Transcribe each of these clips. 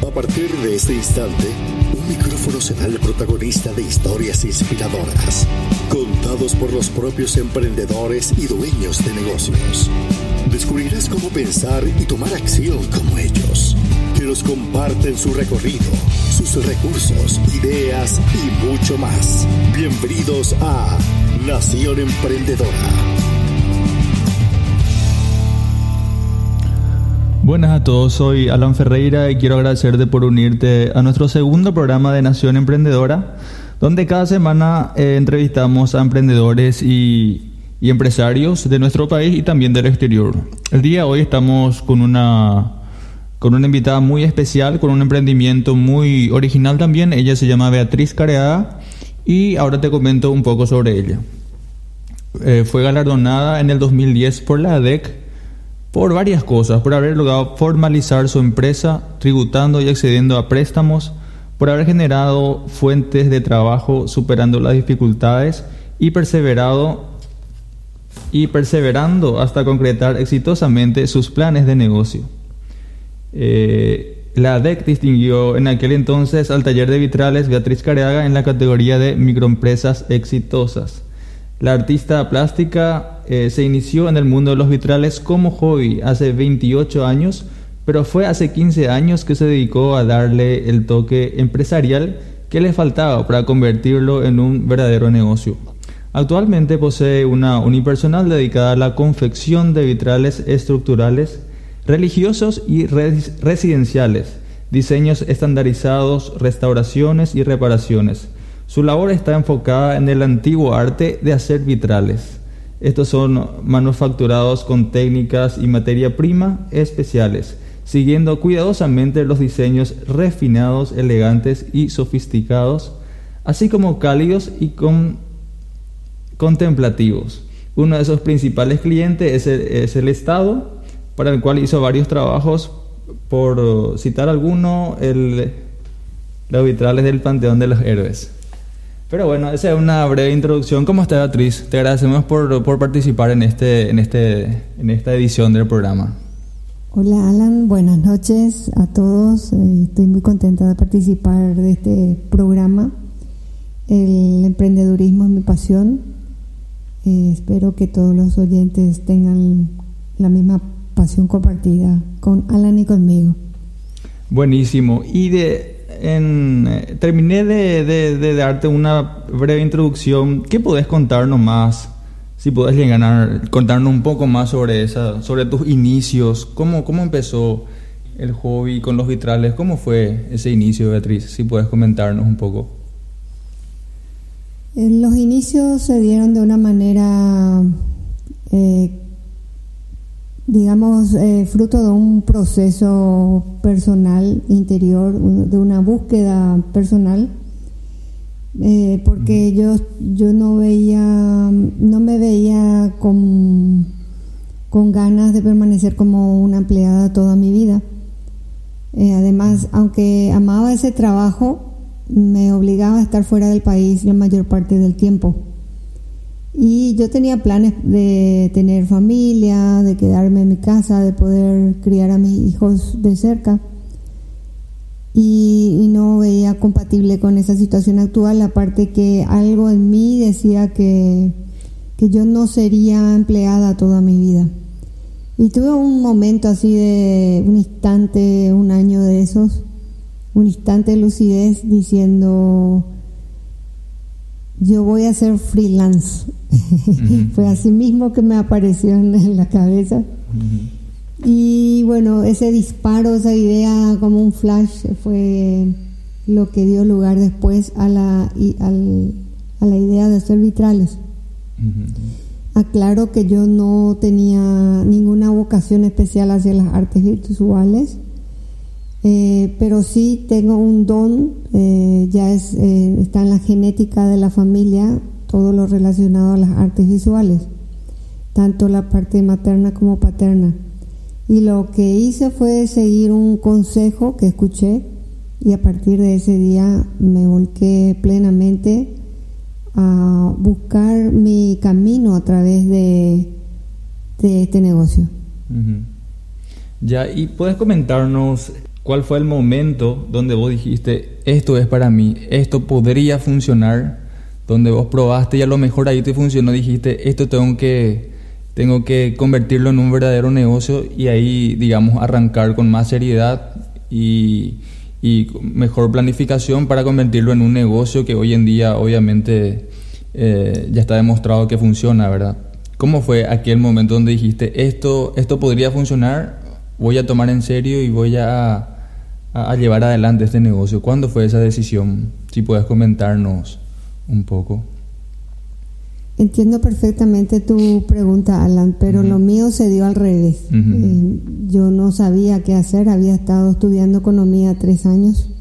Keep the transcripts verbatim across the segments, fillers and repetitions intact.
A partir de este instante, un micrófono será el protagonista de historias inspiradoras, contados por los propios emprendedores y dueños de negocios. Descubrirás cómo pensar y tomar acción como ellos, que nos comparten su recorrido, sus recursos, ideas y mucho más. Bienvenidos a Nación Emprendedora. Buenas a todos, soy Alan Ferreira y quiero agradecerte por unirte a nuestro segundo programa de Nación Emprendedora, donde cada semana eh, entrevistamos a emprendedores y, y empresarios de nuestro país y también del exterior. El día de hoy estamos con una, con una invitada muy especial, con un emprendimiento muy original también. Ella se llama Beatriz Careaga y ahora te comento un poco sobre ella. Eh, fue galardonada en el dos mil diez por la A D E C por varias cosas, por haber logrado formalizar su empresa, tributando y accediendo a préstamos, por haber generado fuentes de trabajo superando las dificultades y perseverado y perseverando hasta concretar exitosamente sus planes de negocio. Eh, la A D E C distinguió en aquel entonces al taller de vitrales Beatriz Careaga en la categoría de microempresas exitosas. La artista plástica eh, se inició en el mundo de los vitrales como hobby hace veintiocho años, pero fue hace quince años que se dedicó a darle el toque empresarial que le faltaba para convertirlo en un verdadero negocio. Actualmente posee una unipersonal dedicada a la confección de vitrales estructurales, religiosos y res- residenciales, diseños estandarizados, restauraciones y reparaciones. Su labor está enfocada en el antiguo arte de hacer vitrales. Estos son manufacturados con técnicas y materia prima especiales, siguiendo cuidadosamente los diseños refinados, elegantes y sofisticados, así como cálidos y con, contemplativos. Uno de sus principales clientes es el, es el Estado, para el cual hizo varios trabajos, por citar alguno, el, los vitrales del Panteón de los Héroes. Pero bueno, esa es una breve introducción. ¿Cómo estás, Beatriz? Te agradecemos por, por participar en, este, en, este, en esta edición del programa. Hola, Alan. Buenas noches a todos. Eh, estoy muy contenta de participar de este programa. El emprendedurismo es mi pasión. Eh, espero que todos los oyentes tengan la misma pasión compartida con Alan y conmigo. Buenísimo. Y de... En, eh, terminé de, de, de darte una breve introducción. ¿Qué podés contarnos más? Si podés llegar a contarnos un poco más sobre esa, sobre tus inicios. ¿Cómo, cómo empezó el hobby con los vitrales? ¿Cómo fue ese inicio, Beatriz? Si podés comentarnos un poco. Los inicios se dieron de una manera, eh, digamos, eh, fruto de un proceso personal, interior, de una búsqueda personal, eh, porque yo, yo no veía, no me veía con, con ganas de permanecer como una empleada toda mi vida. Eh, además, aunque amaba ese trabajo, me obligaba a estar fuera del país la mayor parte del tiempo. Y yo tenía planes de tener familia, de quedarme en mi casa, de poder criar a mis hijos de cerca. Y, y no veía compatible con esa situación actual, aparte que algo en mí decía que, que yo no sería empleada toda mi vida. Y tuve un momento así de un instante, un año de esos, un instante de lucidez diciendo... yo voy a ser freelance. Uh-huh. Fue así mismo que me apareció en la cabeza. Uh-huh. Y bueno, ese disparo, esa idea como un flash fue lo que dio lugar después a la, y, al, a la idea de hacer vitrales. Uh-huh. Aclaro que yo no tenía ninguna vocación especial hacia las artes visuales. Eh, pero sí tengo un don, eh, ya es, eh, está en la genética de la familia, todo lo relacionado a las artes visuales, tanto la parte materna como paterna. Y lo que hice fue seguir un consejo que escuché y a partir de ese día me volqué plenamente a buscar mi camino a través de, de este negocio. Uh-huh. Ya, y puedes comentarnos ¿cuál fue el momento donde vos dijiste, esto es para mí, esto podría funcionar? Donde vos probaste y a lo mejor ahí te funcionó, dijiste, esto tengo que, tengo que convertirlo en un verdadero negocio, y ahí, digamos, arrancar con más seriedad y, y mejor planificación para convertirlo en un negocio que hoy en día obviamente eh, ya está demostrado que funciona, ¿verdad? ¿Cómo fue aquel momento donde dijiste, esto, esto podría funcionar, voy a tomar en serio y voy a, a, a llevar adelante este negocio? ¿Cuándo fue esa decisión? Si puedes comentarnos un poco. Entiendo perfectamente tu pregunta, Alan, pero uh-huh. lo mío se dio al revés. Uh-huh. Eh, yo no sabía qué hacer, había estado estudiando economía tres años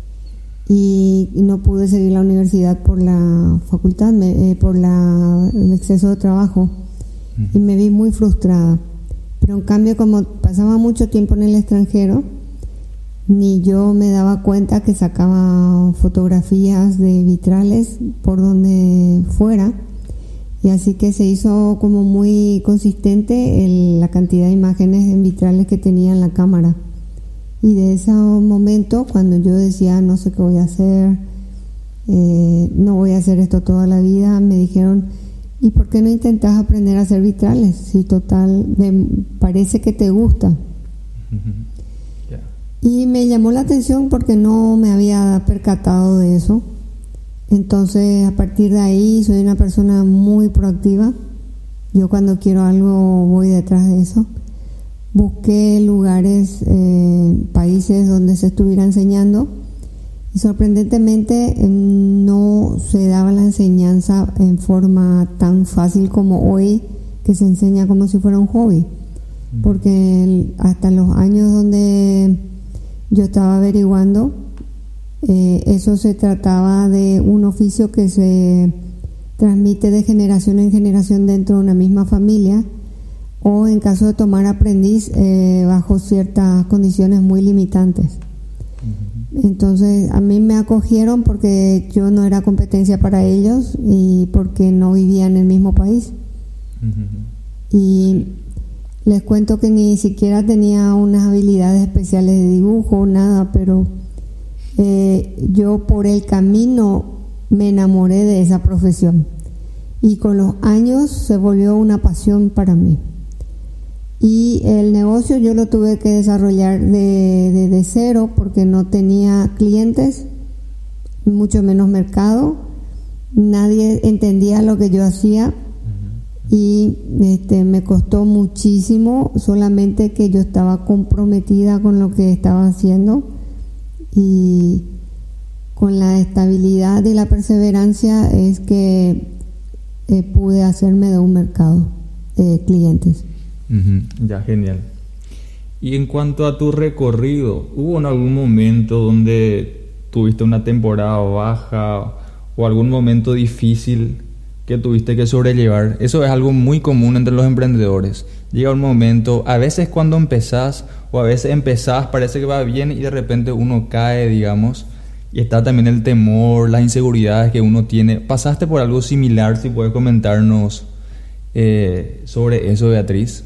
y, y no pude seguir la universidad por la facultad, me, eh, por la, el exceso de trabajo, uh-huh. y me vi muy frustrada. Pero en cambio, como pasaba mucho tiempo en el extranjero, ni yo me daba cuenta que sacaba fotografías de vitrales por donde fuera, y así que se hizo como muy consistente el, la cantidad de imágenes en vitrales que tenía en la cámara. Y de ese momento, cuando yo decía no sé qué voy a hacer, eh, no voy a hacer esto toda la vida, me dijeron, ¿y por qué no intentas aprender a hacer vitrales? Si total, me parece que te gusta. Uh-huh. Yeah. Y me llamó la atención porque no me había percatado de eso. Entonces, a partir de ahí, soy una persona muy proactiva. Yo cuando quiero algo voy detrás de eso. Busqué lugares, eh, países donde se estuviera enseñando, y sorprendentemente eh, no se daba la enseñanza en forma tan fácil como hoy, que se enseña como si fuera un hobby. Porque el, hasta los años donde yo estaba averiguando, Eh, eso se trataba de un oficio que se transmite de generación en generación dentro de una misma familia, o en caso de tomar aprendiz eh, bajo ciertas condiciones muy limitantes. Uh-huh. Entonces a mí me acogieron porque yo no era competencia para ellos y porque no vivía en el mismo país. Uh-huh. Y les cuento que ni siquiera tenía unas habilidades especiales de dibujo, nada, pero Eh, yo por el camino me enamoré de esa profesión, y con los años se volvió una pasión para mí. Y el negocio yo lo tuve que desarrollar de, de, de cero, porque no tenía clientes, mucho menos mercado, nadie entendía lo que yo hacía. Uh-huh. Y este, me costó muchísimo, solamente que yo estaba comprometida con lo que estaba haciendo, y con la estabilidad y la perseverancia es que eh, pude hacerme de un mercado de clientes. Uh-huh. Ya, genial. Y en cuanto a tu recorrido, ¿hubo en algún momento donde tuviste una temporada baja o algún momento difícil que tuviste que sobrellevar? Eso es algo muy común entre los emprendedores. Llega un momento, a veces cuando empezás, o a veces empezás, parece que va bien y de repente uno cae, digamos, y está también el temor, las inseguridades que uno tiene. ¿Pasaste por algo similar? Si puedes comentarnos eh, sobre eso, Beatriz.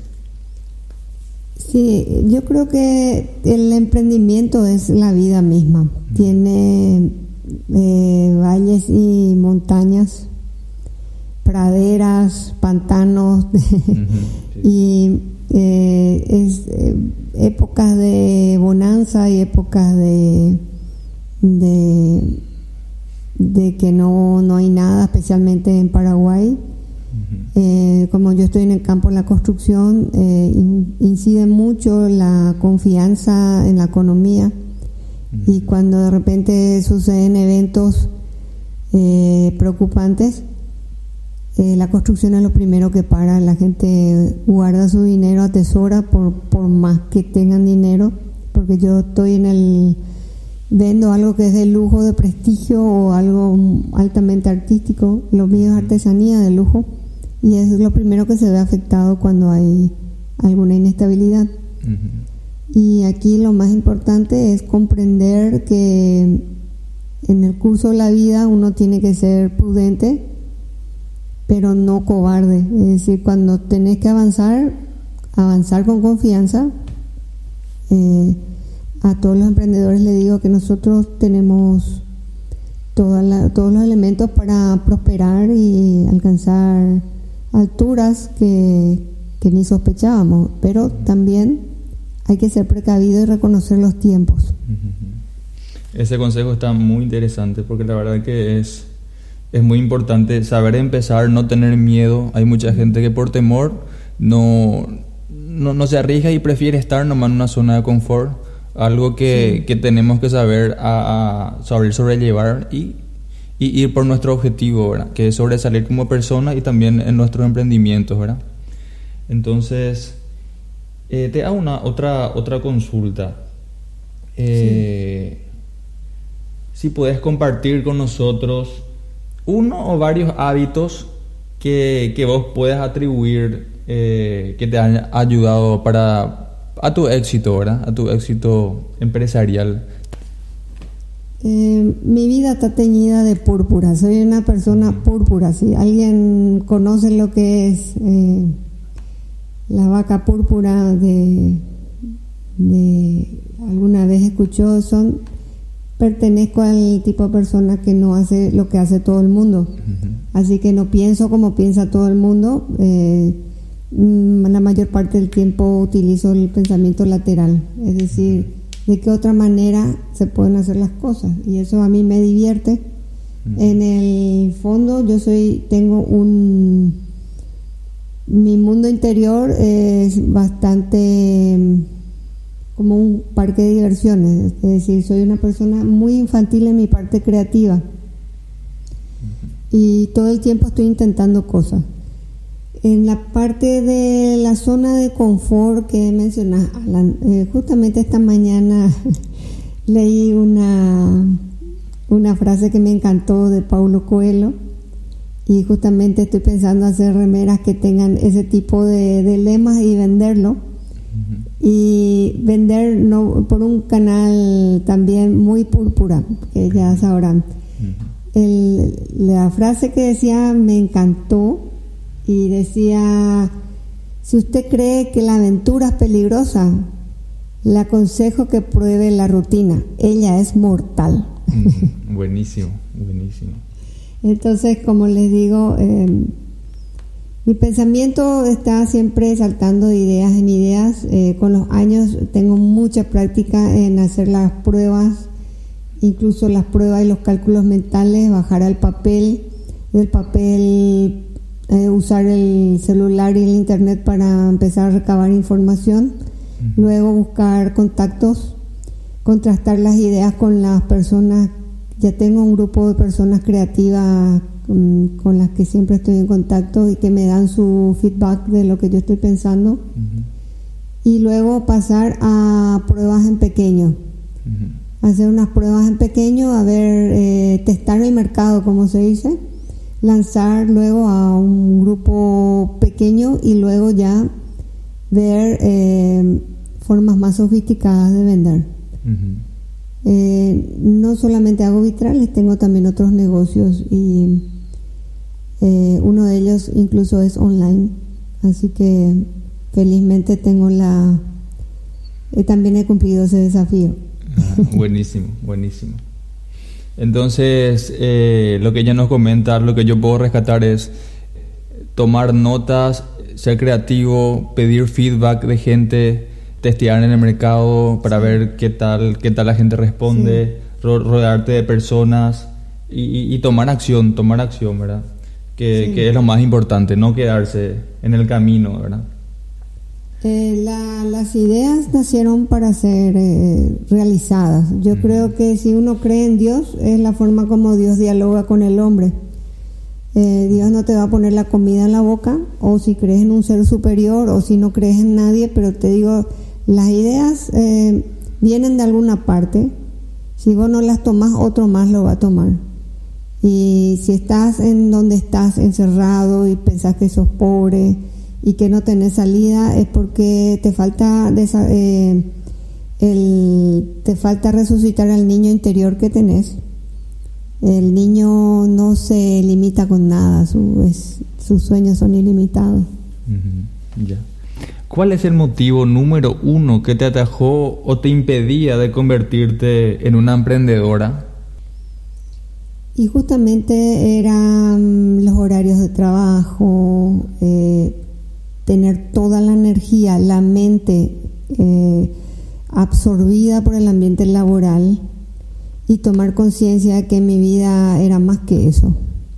Sí, yo creo que el emprendimiento es la vida misma. Mm. Tiene eh, valles y montañas, praderas, pantanos, uh-huh, sí. y eh, es eh, épocas de bonanza y épocas de de, de que no, no hay nada, especialmente en Paraguay. Uh-huh. Eh, como yo estoy en el campo de la construcción, eh, in, incide mucho la confianza en la economía. Uh-huh. Y cuando de repente suceden eventos eh, preocupantes, Eh, la construcción es lo primero que para. La gente guarda su dinero, atesora por, por más que tengan dinero, porque yo estoy en el vendo algo que es de lujo, de prestigio, o algo altamente artístico. Lo mío es artesanía de lujo, y es lo primero que se ve afectado cuando hay alguna inestabilidad. Uh-huh. Y aquí lo más importante es comprender que en el curso de la vida uno tiene que ser prudente, pero no cobarde. Es decir, cuando tenés que avanzar, avanzar con confianza, eh, a todos los emprendedores les digo que nosotros tenemos toda la, todos los elementos para prosperar y alcanzar alturas que, que ni sospechábamos, pero también hay que ser precavido y reconocer los tiempos. Ese consejo está muy interesante porque la verdad que es, es muy importante saber empezar, no tener miedo. Hay mucha gente que por temor no, no, no se arriesga y prefiere estar nomás en una zona de confort, algo que, sí. que tenemos que saber, a, a saber sobrellevar y, y ir por nuestro objetivo, ¿verdad? Que es sobresalir como persona y también en nuestros emprendimientos, ¿verdad? Entonces, eh, te hago una otra, otra consulta. Eh, sí. Si puedes compartir con nosotros uno o varios hábitos que, que vos puedas atribuir, eh, que te han ayudado para a tu éxito, ¿verdad? A tu éxito empresarial. Eh, mi vida está teñida de púrpura. Soy una persona púrpura. Si alguien conoce lo que es eh, la vaca púrpura de, de alguna vez escuchó, son pertenezco al tipo de persona que no hace lo que hace todo el mundo. Uh-huh. Así que no pienso como piensa todo el mundo. Eh, la mayor parte del tiempo utilizo el pensamiento lateral, es decir, uh-huh. de qué otra manera se pueden hacer las cosas, y eso a mí me divierte. Uh-huh. En el fondo yo soy tengo un mi mundo interior es bastante como un parque de diversiones, es decir, soy una persona muy infantil en mi parte creativa. Uh-huh. Y todo el tiempo estoy intentando cosas. En la parte de la zona de confort que mencionas, Alan, eh, justamente esta mañana leí una, una frase que me encantó de Paulo Coelho, y justamente estoy pensando hacer remeras que tengan ese tipo de, de lemas y venderlo. Uh-huh. Y vender no, por un canal también muy púrpura, que ya sabrán. Uh-huh. El, la frase que decía me encantó, y decía: si usted cree que la aventura es peligrosa, le aconsejo que pruebe la rutina, ella es mortal. Uh-huh. Buenísimo, buenísimo. Entonces, como les digo, eh, mi pensamiento está siempre saltando de ideas en ideas. Eh, con los años tengo mucha práctica en hacer las pruebas, incluso las pruebas y los cálculos mentales, bajar al papel, del papel eh, usar el celular y el internet para empezar a recabar información, uh-huh. luego buscar contactos, contrastar las ideas con las personas. Ya tengo un grupo de personas creativas con las que siempre estoy en contacto y que me dan su feedback de lo que yo estoy pensando. Uh-huh. Y luego pasar a pruebas en pequeño. Uh-huh. Hacer unas pruebas en pequeño, a ver, eh, testar el mercado, como se dice, lanzar luego a un grupo pequeño y luego ya ver eh, formas más sofisticadas de vender. Uh-huh. Eh, no solamente hago vitrales, tengo también otros negocios, y eh, uno de ellos incluso es online, así que felizmente tengo la eh, también he cumplido ese desafío. Ah, buenísimo, buenísimo. Entonces, eh, lo que ella nos comenta, lo que yo puedo rescatar es tomar notas, ser creativo, pedir feedback de gente, testear en el mercado para sí. ver qué tal qué tal la gente responde, sí. ro- rodearte de personas y, y, y tomar acción, tomar acción, ¿verdad? Que, sí. que es lo más importante, no quedarse en el camino, ¿verdad? Eh, la, las ideas nacieron para ser eh, realizadas. Yo mm. creo que si uno cree en Dios, es la forma como Dios dialoga con el hombre. Eh, Dios no te va a poner la comida en la boca, o si crees en un ser superior, o si no crees en nadie, pero te digo, las ideas eh, vienen de alguna parte. Si vos no las tomás, otro más lo va a tomar. Y si estás en donde estás encerrado y pensás que sos pobre y que no tenés salida, es porque te falta desa- eh, el, te falta resucitar al niño interior que tenés. El niño no se limita con nada, su, es, sus sueños son ilimitados. Uh-huh. Ya. ¿Cuál es el motivo número uno que te atajó o te impedía de convertirte en una emprendedora? Y justamente eran los horarios de trabajo, eh, tener toda la energía, la mente eh, absorbida por el ambiente laboral y tomar conciencia de que mi vida era más que eso.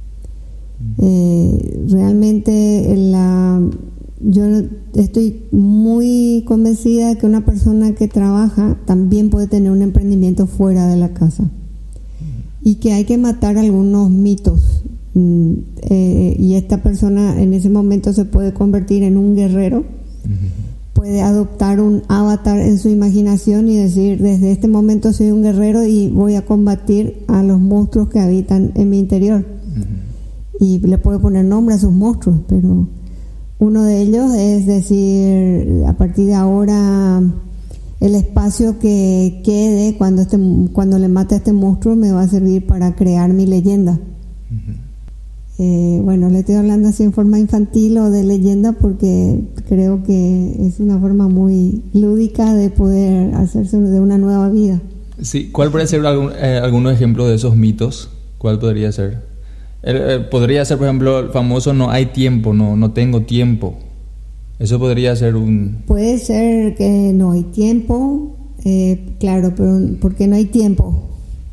Eh, realmente la, yo estoy muy convencida de que una persona que trabaja también puede tener un emprendimiento fuera de la casa. Y que hay que matar algunos mitos, mm, eh, y esta persona en ese momento se puede convertir en un guerrero, uh-huh. puede adoptar un avatar en su imaginación y decir, desde este momento soy un guerrero y voy a combatir a los monstruos que habitan en mi interior, uh-huh. y le puede poner nombre a sus monstruos, pero uno de ellos es decir, a partir de ahora el espacio que quede cuando este cuando le mate a este monstruo me va a servir para crear mi leyenda. Uh-huh. Eh, bueno, le estoy hablando así en forma infantil o de leyenda porque creo que es una forma muy lúdica de poder hacerse de una nueva vida. Sí, ¿cuál podría ser algún, eh, algunos ejemplos de esos mitos? ¿Cuál podría ser? El, eh, podría ser, por ejemplo, el famoso no hay tiempo, no, no tengo tiempo. Eso podría ser un... Puede ser que no hay tiempo, eh, claro, pero ¿por qué no hay tiempo?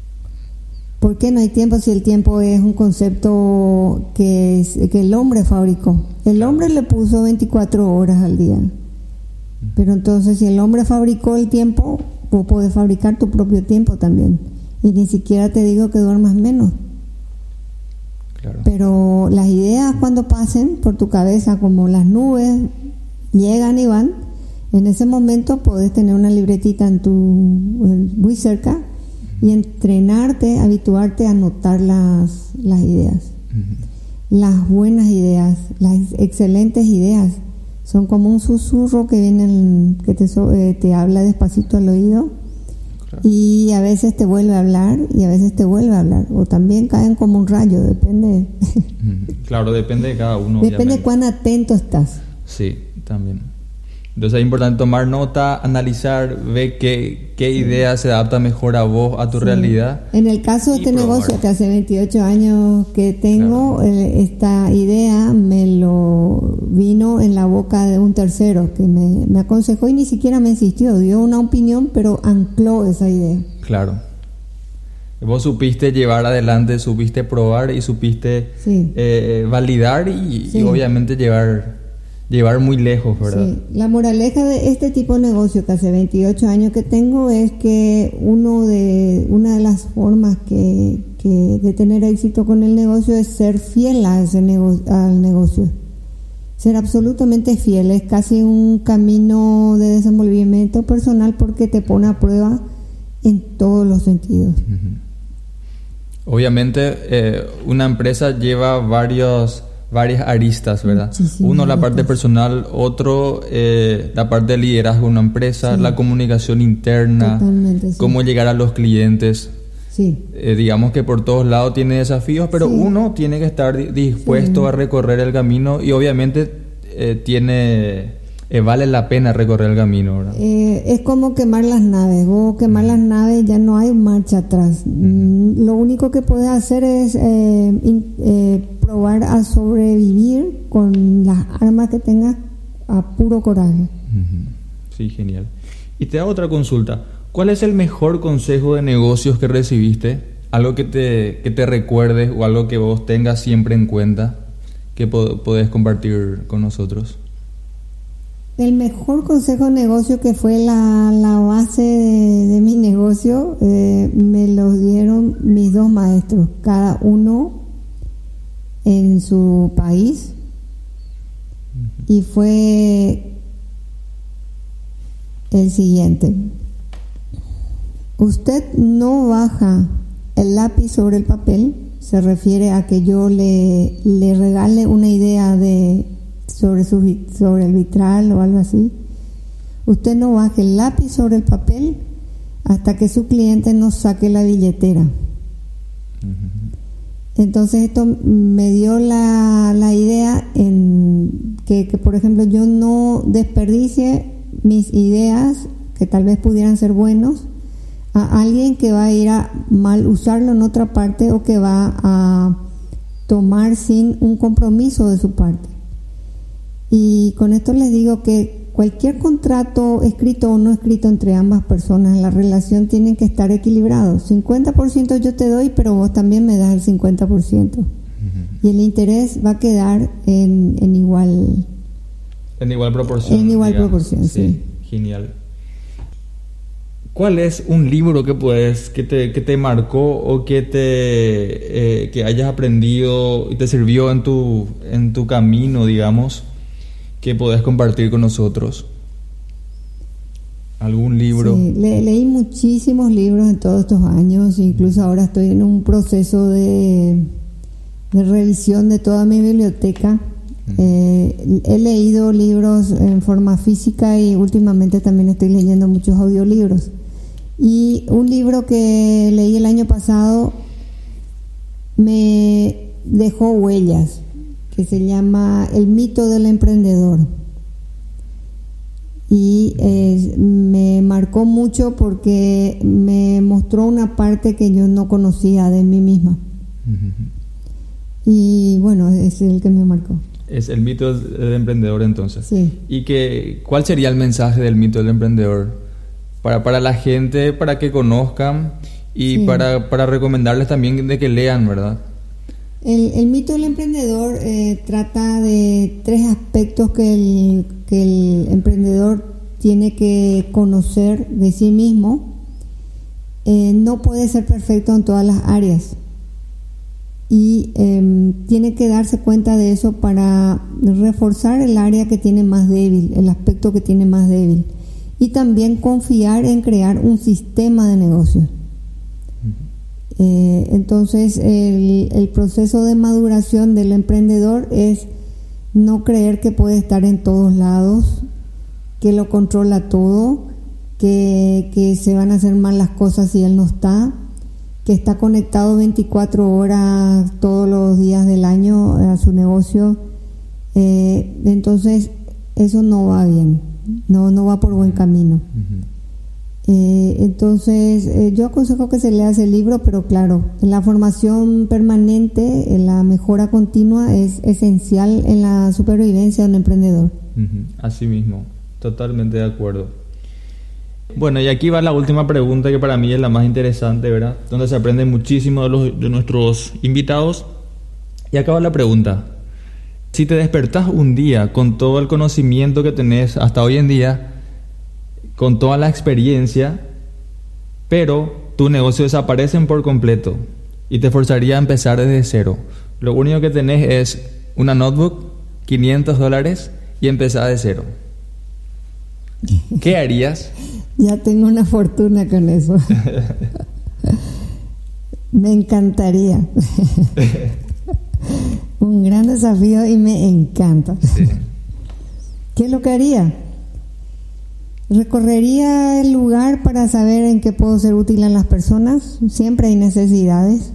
¿Por qué no hay tiempo si el tiempo es un concepto que, es, que el hombre fabricó? El hombre le puso veinticuatro horas al día. Pero entonces si el hombre fabricó el tiempo, vos podés fabricar tu propio tiempo también. Y ni siquiera te digo que duermas menos. Claro. Pero las ideas cuando pasen por tu cabeza como las nubes, llegan y van, en ese momento podés tener una libretita en tu muy cerca y entrenarte, habituarte a notar las, las ideas. Uh-huh. Las buenas ideas, las excelentes ideas son como un susurro que viene en, que te, eh, te habla despacito al oído. Claro. Y a veces te vuelve a hablar y a veces te vuelve a hablar, o también caen como un rayo, depende. Claro, depende de cada uno. Depende de cuán atento estás. Sí, también. Entonces es importante tomar nota, analizar, ver qué, qué idea se adapta mejor a vos, a tu sí. realidad. En el caso de este probar. negocio que hace veintiocho años que tengo, claro. eh, esta idea me lo vino en la boca de un tercero que me, me aconsejó y ni siquiera me insistió, dio una opinión, pero ancló esa idea. Claro. Vos supiste llevar adelante, supiste probar y supiste sí. eh, validar y, sí. y obviamente llevar... llevar muy lejos, ¿verdad? Sí, la moraleja de este tipo de negocio que hace veintiocho años que tengo es que uno de una de las formas que, que de tener éxito con el negocio es ser fiel a ese nego- al negocio. Ser absolutamente fiel es casi un camino de desenvolvimiento personal porque te pone a prueba en todos los sentidos. Uh-huh. Obviamente, eh, una empresa lleva varios varias aristas, ¿verdad? Muchísimas Uno, la parte personal, otro, eh, la parte de liderazgo de una empresa, sí. la comunicación interna, sí. cómo llegar a los clientes. Sí. Eh, digamos que por todos lados tiene desafíos, pero sí. uno tiene que estar dispuesto sí. a recorrer el camino y obviamente eh, tiene, eh, vale la pena recorrer el camino, ¿verdad? Eh, es como quemar las naves. Vos quemar uh-huh. las naves ya no hay marcha atrás. Uh-huh. Lo único que puedes hacer es eh, in, eh, probar a sobrevivir con las armas que tengas a puro coraje. Uh-huh. Sí, genial. Y te hago otra consulta. ¿Cuál es el mejor consejo de negocios que recibiste? Algo que te, que te recuerdes o algo que vos tengas siempre en cuenta que po- podés compartir con nosotros. El mejor consejo de negocio que fue la, la base de, de mi negocio eh, me lo dieron mis dos maestros, cada uno en su país, uh-huh. y fue el siguiente: usted no baja el lápiz sobre el papel, se refiere a que yo le, le regale una idea de sobre su sobre el vitral o algo así. Usted no baje el lápiz sobre el papel hasta que su cliente no saque la billetera. Uh-huh. Entonces esto me dio la, la idea en que, que, por ejemplo, yo no desperdicie mis ideas, que tal vez pudieran ser buenos, a alguien que va a ir a mal usarlo en otra parte o que va a tomar sin un compromiso de su parte. Y con esto les digo que cualquier contrato escrito o no escrito entre ambas personas en la relación tienen que estar equilibrados. cincuenta por ciento yo te doy, pero vos también me das el cincuenta por ciento. Uh-huh. Y el interés va a quedar en, en igual... En igual proporción. En igual digamos. proporción, sí. sí. Genial. ¿Cuál es un libro que puedes, que te, que te marcó o que te eh, que hayas aprendido y te sirvió en tu, en tu camino, digamos, que podés compartir con nosotros? ¿Algún libro? Sí, le, leí muchísimos libros en todos estos años, incluso ahora estoy en un proceso de, de revisión de toda mi biblioteca. Eh, he leído libros en forma física y últimamente también estoy leyendo muchos audiolibros. Y un libro que leí el año pasado me dejó huellas, que se llama El mito del emprendedor. Y eh, me marcó mucho porque me mostró una parte que yo no conocía de mí misma. Uh-huh. Y bueno, es el que me marcó. Es el mito del emprendedor, entonces. Sí. ¿Y que, cuál sería el mensaje del mito del emprendedor? Para, para la gente, para que conozcan y sí. para, para recomendarles también de que lean, ¿verdad? El, el mito del emprendedor eh, trata de tres aspectos que el, que el emprendedor tiene que conocer de sí mismo. Eh, no puede ser perfecto en todas las áreas y eh, tiene que darse cuenta de eso para reforzar el área que tiene más débil, el aspecto que tiene más débil. Y también confiar en crear un sistema de negocio. Uh-huh. Eh, entonces, el, el proceso de maduración del emprendedor es no creer que puede estar en todos lados, que lo controla todo, que, que se van a hacer mal las cosas si él no está, que está conectado veinticuatro horas todos los días del año a su negocio. Eh, entonces, eso no va bien. No, no va por buen camino. Uh-huh. Eh, entonces, eh, yo aconsejo que se lea ese libro, pero claro, la formación permanente, la mejora continua es esencial en la supervivencia de un emprendedor. Uh-huh. Así mismo, totalmente de acuerdo. Bueno, y aquí va la última pregunta, que para mí es la más interesante, ¿verdad? Donde se aprende muchísimo de, los, de nuestros invitados. Y acá va la pregunta. Si te despertás un día con todo el conocimiento que tenés hasta hoy en día, con toda la experiencia, pero tu negocio desaparece por completo y te forzaría a empezar desde cero. Lo único que tenés es una notebook, quinientos dólares y empezar de cero. ¿Qué harías? Ya tengo una fortuna con eso. Me encantaría. Un gran desafío y me encanta. Sí. ¿Qué es lo que haría? Recorrería el lugar para saber en qué puedo ser útil a las personas. Siempre hay necesidades.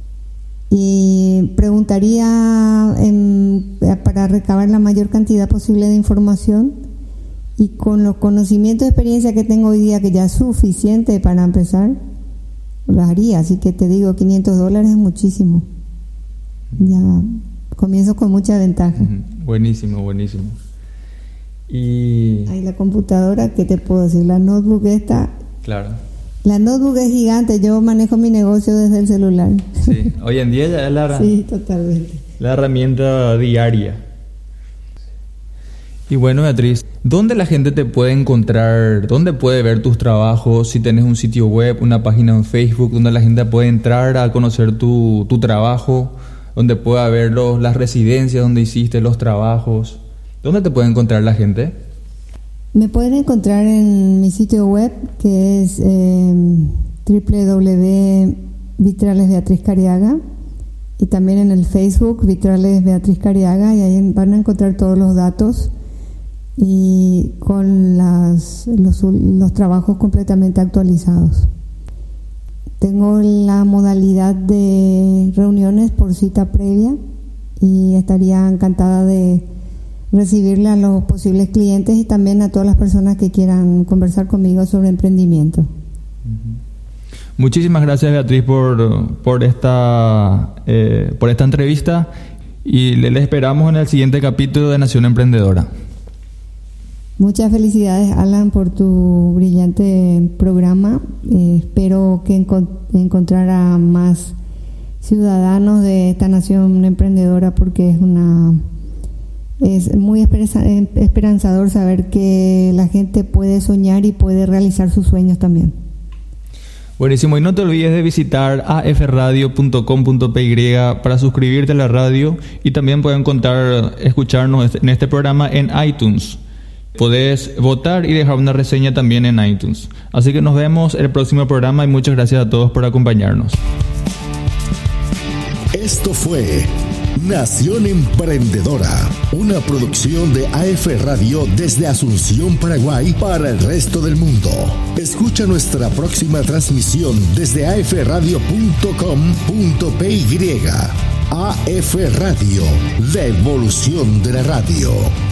Y preguntaría en, para recabar la mayor cantidad posible de información. Y con los conocimientos y experiencia que tengo hoy día, que ya es suficiente para empezar, lo haría. Así que te digo, quinientos dólares es muchísimo. Ya comienzo con mucha ventaja. Uh-huh. Buenísimo, buenísimo. Y ahí la computadora, ¿qué te puedo decir? La notebook esta. Claro. La notebook es gigante. Yo manejo mi negocio desde el celular. Sí. Hoy en día ya es la, sí, totalmente. la herramienta diaria. Y bueno, Beatriz, ¿dónde la gente te puede encontrar? ¿Dónde puede ver tus trabajos? Si tenés un sitio web, una página en Facebook, donde la gente puede entrar a conocer tu, tu trabajo, donde pueda ver los, las residencias donde hiciste los trabajos. ¿Dónde te puede encontrar la gente? Me pueden encontrar en mi sitio web, que es eh, doble u doble u doble u punto Vitrales Beatriz Cariaga, y también en el Facebook Vitrales Beatriz Cariaga, y ahí van a encontrar todos los datos y con las, los, los trabajos completamente actualizados. tengo la modalidad de reuniones por cita previa y estaría encantada de recibirle a los posibles clientes y también a todas las personas que quieran conversar conmigo sobre emprendimiento. Muchísimas gracias, Beatriz, por, por, esta, eh, por esta entrevista y le, le esperamos en el siguiente capítulo de Nación Emprendedora. Muchas felicidades, Alan, por tu brillante programa. Eh, espero que encont- encontrara más ciudadanos de esta nación emprendedora, porque es una es muy esperanzador saber que la gente puede soñar y puede realizar sus sueños también. Buenísimo, y no te olvides de visitar a f radio punto com punto p y para suscribirte a la radio, y también pueden contar, escucharnos en este programa en iTunes. Podés votar y dejar una reseña también en iTunes. Así que nos vemos en el próximo programa y muchas gracias a todos por acompañarnos. Esto fue Nación Emprendedora, una producción de A F Radio desde Asunción, Paraguay, para el resto del mundo. Escucha nuestra próxima transmisión desde a f radio punto com punto p y. A F Radio, la evolución de la radio.